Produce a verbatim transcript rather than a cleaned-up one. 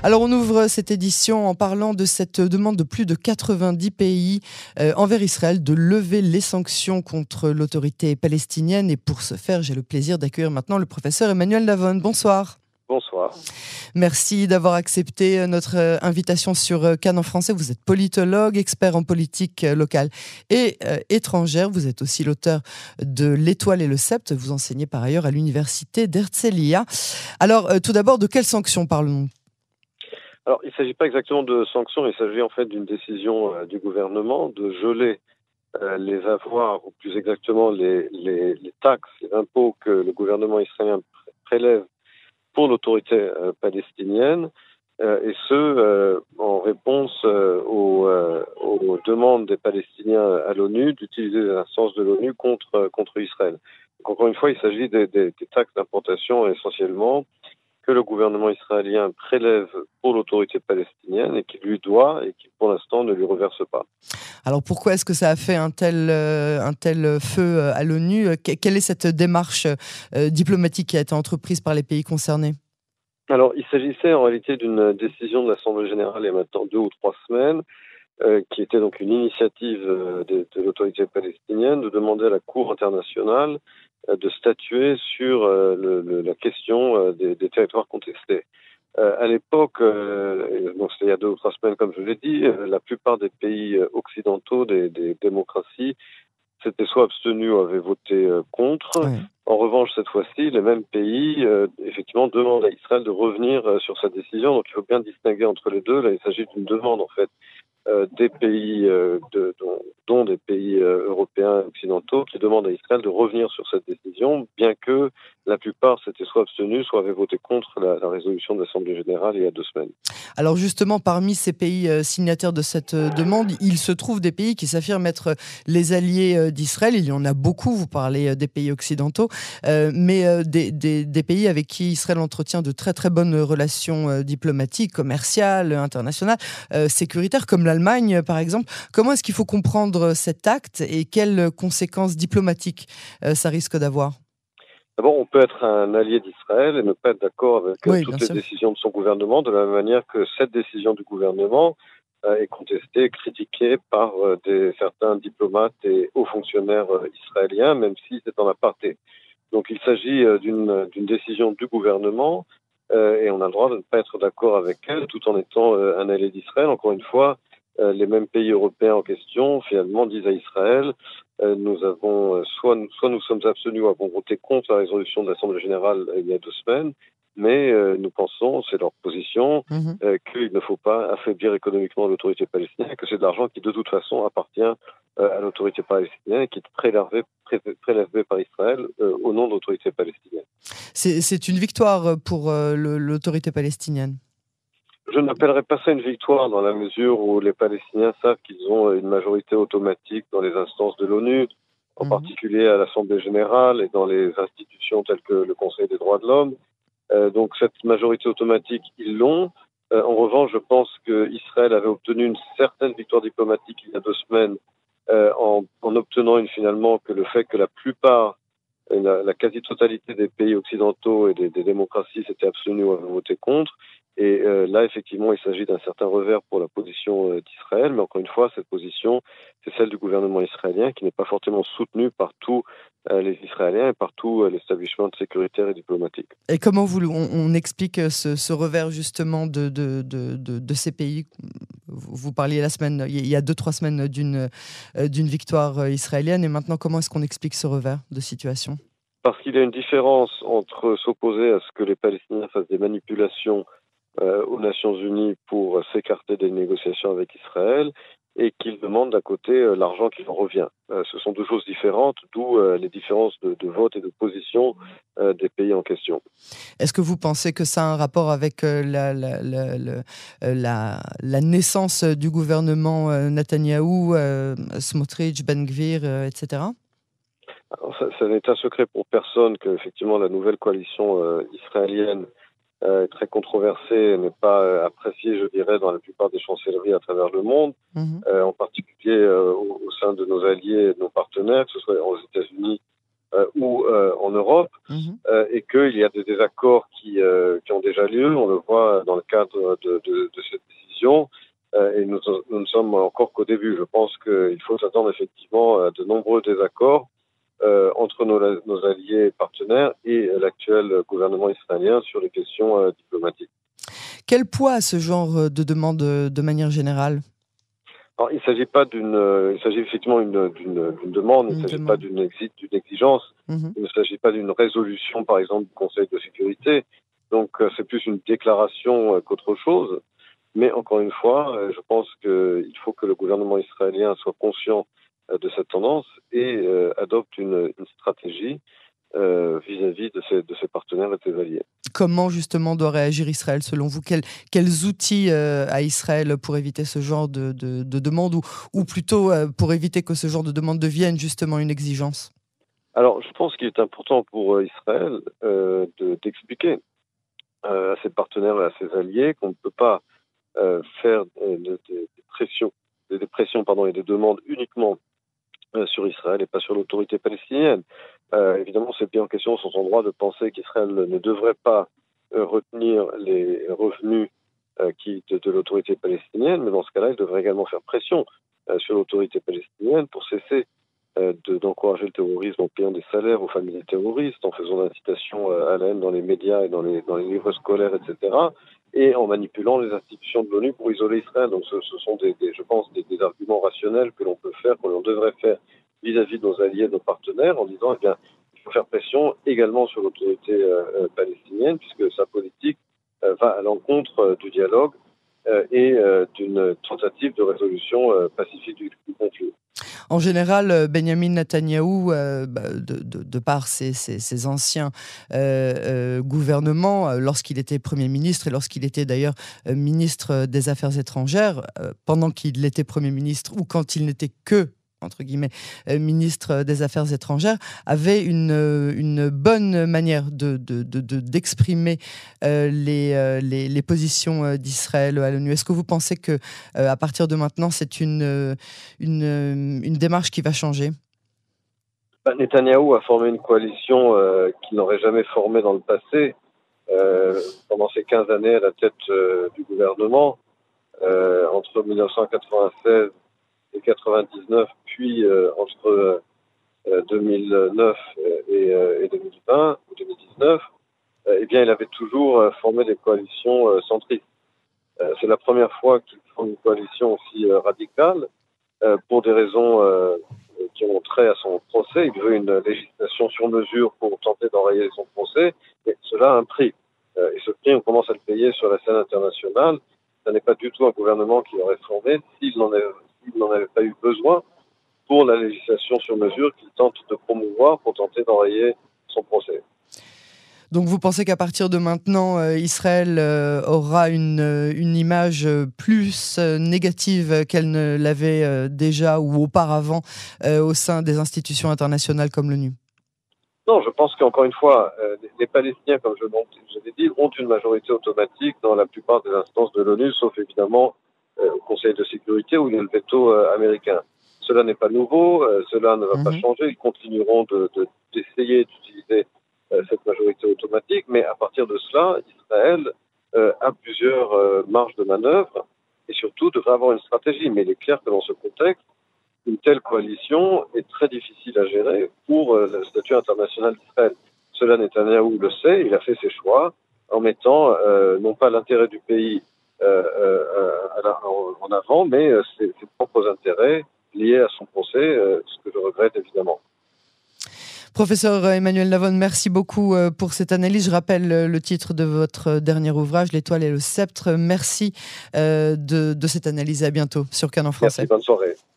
Alors on ouvre cette édition en parlant de cette demande de plus de quatre-vingt-dix pays euh, envers Israël de lever les sanctions contre l'autorité palestinienne. Et pour ce faire, j'ai le plaisir d'accueillir maintenant le professeur Emmanuel Lavonne. Bonsoir. Bonsoir. Merci d'avoir accepté notre invitation sur Cannes en français. Vous êtes politologue, expert en politique locale et euh, étrangère. Vous êtes aussi l'auteur de L'Étoile et le Sceptre. Vous enseignez par ailleurs à l'université d'Herzliya. Alors, euh, tout d'abord, de quelles sanctions parlons-nous ? Alors, il ne s'agit pas exactement de sanctions, il s'agit en fait d'une décision euh, du gouvernement de geler euh, les avoirs, ou plus exactement les, les, les taxes, les impôts que le gouvernement israélien prélève pour l'autorité euh, palestinienne, euh, et ce, euh, en réponse euh, aux, euh, aux demandes des Palestiniens à l'ONU d'utiliser les instances de l'ONU contre, euh, contre Israël. Donc, encore une fois, il s'agit des, des, des taxes d'importation essentiellement que le gouvernement israélien prélève pour l'autorité palestinienne et qui lui doit et qui, pour l'instant, ne lui reverse pas. Alors pourquoi est-ce que ça a fait un tel, euh, un tel feu à l'ONU ? Quelle est cette démarche euh, diplomatique qui a été entreprise par les pays concernés ? Alors, il s'agissait en réalité d'une décision de l'Assemblée générale il y a maintenant deux ou trois semaines, euh, qui était donc une initiative euh, de, de l'autorité palestinienne de demander à la Cour internationale euh, de statuer sur euh, le, le, la question euh, des, des territoires contestés. Euh, à l'époque, euh, donc c'était il y a deux ou trois semaines, comme je l'ai dit, euh, la plupart des pays occidentaux, des, des démocraties, s'étaient soit abstenus ou avaient voté euh, contre. Ouais. En revanche, cette fois-ci, les mêmes pays, euh, effectivement, demandent à Israël de revenir euh, sur sa décision. Donc, il faut bien distinguer entre les deux. Là, il s'agit d'une demande, en fait, euh, des pays, euh, de, dont, dont des pays euh, européens occidentaux, qui demandent à Israël de revenir sur cette décision, bien que la plupart s'étaient soit abstenus, soit avaient voté contre la, la résolution de l'Assemblée générale il y a deux semaines. Alors justement, parmi ces pays euh, signataires de cette euh, demande, il se trouve des pays qui s'affirment être les alliés euh, d'Israël. Il y en a beaucoup, vous parlez euh, des pays occidentaux, euh, mais euh, des, des, des pays avec qui Israël entretient de très très bonnes relations euh, diplomatiques, commerciales, internationales, euh, sécuritaires, comme l'Allemagne par exemple. Comment est-ce qu'il faut comprendre cet acte et quelles conséquences diplomatiques euh, ça risque d'avoir ? D'abord, on peut être un allié d'Israël et ne pas être d'accord avec oui, toutes les sûr. décisions de son gouvernement, de la même manière que cette décision du gouvernement euh, est contestée, critiquée par euh, des, certains diplomates et hauts fonctionnaires euh, israéliens, même si c'est en aparté. Donc il s'agit euh, d'une, d'une décision du gouvernement euh, et on a le droit de ne pas être d'accord avec elle tout en étant euh, un allié d'Israël. Encore une fois, euh, les mêmes pays européens en question, finalement, disent à Israël Euh, nous avons euh, soit, nous, soit nous sommes abstenus ou avons voté contre la résolution de l'Assemblée générale euh, il y a deux semaines, mais euh, nous pensons, c'est leur position, Mmh. euh, qu'il ne faut pas affaiblir économiquement l'autorité palestinienne, que c'est de l'argent qui de toute façon appartient euh, à l'autorité palestinienne et qui est prélevé, pré, prélevé par Israël euh, au nom de l'autorité palestinienne. C'est, c'est une victoire pour euh, le, l'autorité palestinienne. Je n'appellerais pas ça une victoire dans la mesure où les Palestiniens savent qu'ils ont une majorité automatique dans les instances de l'ONU, en mmh. particulier à l'Assemblée générale et dans les institutions telles que le Conseil des droits de l'homme. Euh, donc cette majorité automatique, ils l'ont. Euh, en revanche, je pense qu'Israël avait obtenu une certaine victoire diplomatique il y a deux semaines euh, en, en obtenant une, finalement que le fait que la plupart, la, la quasi-totalité des pays occidentaux et des, des démocraties s'étaient abstenus ou avaient voté contre. Et euh, là, effectivement, il s'agit d'un certain revers pour la position euh, d'Israël. Mais encore une fois, cette position, c'est celle du gouvernement israélien qui n'est pas fortement soutenue par tous euh, les Israéliens et par tout euh, l'establishment sécuritaire et diplomatique. Et comment vous, on, on explique ce, ce revers justement de, de, de, de, de ces pays ? Vous parliez la semaine, il y a deux, trois semaines d'une, euh, d'une victoire israélienne. Et maintenant, comment est-ce qu'on explique ce revers de situation ? Parce qu'il y a une différence entre s'opposer à ce que les Palestiniens fassent des manipulations Euh, aux Nations Unies pour euh, s'écarter des négociations avec Israël et qu'ils demandent d'à côté euh, l'argent qui leur revient. Euh, ce sont deux choses différentes, d'où euh, les différences de, de vote et de position euh, des pays en question. Est-ce que vous pensez que ça a un rapport avec euh, la, la, la, la, la, la naissance du gouvernement euh, Netanyahou, euh, Smotrich, Ben Gvir, euh, et cetera ? Alors, ça, ça n'est un secret pour personne que effectivement la nouvelle coalition euh, israélienne Euh, très controversée, n'est pas euh, appréciée, je dirais, dans la plupart des chancelleries à travers le monde, mmh. euh, en particulier euh, au, au sein de nos alliés et de nos partenaires, que ce soit aux États-Unis euh, ou euh, en Europe, mmh. euh, et qu'il y a des désaccords qui, euh, qui ont déjà lieu. On le voit dans le cadre de, de, de cette décision. Euh, et nous, nous ne sommes encore qu'au début. Je pense qu'il faut s'attendre effectivement à de nombreux désaccords euh, entre nos, nos alliés et partenaires et l'actuel gouvernement israélien sur les questions euh, diplomatiques. Quel poids a ce genre de demande de manière générale ? Alors, il ne s'agit pas d'une, euh, il s'agit effectivement d'une, d'une, d'une demande, il ne s'agit demande. pas d'une, exi- d'une exigence, mmh. il ne s'agit pas d'une résolution, par exemple, du Conseil de sécurité. Donc, euh, c'est plus une déclaration euh, qu'autre chose. Mais encore une fois, euh, je pense qu'il faut que le gouvernement israélien soit conscient euh, de cette tendance et euh, adopte une, une stratégie euh, vis-à-vis de ses, de ses partenaires et de ses alliés. Comment justement doit réagir Israël selon vous ? Quels, quels outils euh, a Israël pour éviter ce genre de, de, de demande ou, ou plutôt euh, pour éviter que ce genre de demande devienne justement une exigence ? Alors, je pense qu'il est important pour Israël euh, de, d'expliquer euh, à ses partenaires et à ses alliés qu'on ne peut pas euh, faire des de, de pressions, des, des pressions pardon, et des demandes uniquement euh, sur Israël et pas sur l'autorité palestinienne. Euh, évidemment, ces pays en question sont en droit de penser qu'Israël ne devrait pas euh, retenir les revenus euh, qui, de, de l'autorité palestinienne, mais dans ce cas-là, il devrait également faire pression euh, sur l'autorité palestinienne pour cesser euh, de, d'encourager le terrorisme en payant des salaires aux familles des terroristes, en faisant l'incitation euh, à la haine dans les médias et dans les, dans les livres scolaires, et cetera, et en manipulant les institutions de l'ONU pour isoler Israël. Donc ce, ce sont, des, des, je pense, des, des arguments rationnels que l'on peut faire, que l'on devrait faire vis-à-vis de nos alliés, de nos partenaires, en disant, eh bien, il faut faire pression également sur l'autorité euh, palestinienne, puisque sa politique euh, va à l'encontre euh, du dialogue euh, et euh, d'une tentative de résolution euh, pacifique du, du conflit. En général, Benjamin Netanyahou, euh, de, de, de par ses, ses, ses anciens euh, euh, gouvernements, lorsqu'il était Premier ministre et lorsqu'il était d'ailleurs euh, ministre des Affaires étrangères, euh, pendant qu'il était Premier ministre ou quand il n'était que entre guillemets, euh, ministre des Affaires étrangères, avait une, une bonne manière de, de, de, de, d'exprimer euh, les, euh, les, les positions d'Israël à l'ONU. Est-ce que vous pensez que euh, à partir de maintenant, c'est une, une, une démarche qui va changer ? bah, Netanyahou a formé une coalition euh, qu'il n'aurait jamais formée dans le passé, euh, pendant ces quinze années à la tête euh, du gouvernement, euh, entre dix-neuf cent quatre-vingt-seize et quatre-vingt-dix-neuf, puis euh, entre euh, deux mille neuf et, euh, et deux mille vingt ou deux mille dix-neuf, euh, eh bien, il avait toujours euh, formé des coalitions euh, centristes. Euh, c'est la première fois qu'il forme une coalition aussi euh, radicale euh, pour des raisons euh, qui ont trait à son procès. Il veut une législation sur mesure pour tenter d'enrayer son procès, mais cela a un prix. Euh, et ce prix, on commence à le payer sur la scène internationale. Ce n'est pas du tout un gouvernement qui l'aurait formé s'il n'en avait il n'en avait pas eu besoin pour la législation sur mesure qu'il tente de promouvoir pour tenter d'enrayer son procès. Donc vous pensez qu'à partir de maintenant, euh, Israël euh, aura une, une image plus euh, négative qu'elle ne l'avait euh, déjà ou auparavant euh, au sein des institutions internationales comme l'ONU ? Non, je pense qu'encore une fois, euh, les, les Palestiniens, comme je, je l'ai dit, ont une majorité automatique dans la plupart des instances de l'ONU, sauf évidemment euh, au Conseil de sécurité où il y a le veto euh, américain. Cela n'est pas nouveau, euh, cela ne va mmh. pas changer, ils continueront de, de, d'essayer d'utiliser euh, cette majorité automatique, mais à partir de cela, Israël euh, a plusieurs euh, marges de manœuvre et surtout devrait avoir une stratégie. Mais il est clair que dans ce contexte, une telle coalition est très difficile à gérer pour euh, le statut international d'Israël. Cela, Netanyahou le sait, il a fait ses choix en mettant euh, non pas l'intérêt du pays euh, euh, en avant, mais euh, ses, ses propres intérêts liés à son procès, euh, ce que je regrette évidemment. Professeur Emmanuel Navon, merci beaucoup pour cette analyse. Je rappelle le titre de votre dernier ouvrage, L'étoile et le sceptre. Merci de, de cette analyse et à bientôt sur Canon Français. Merci, bonne soirée.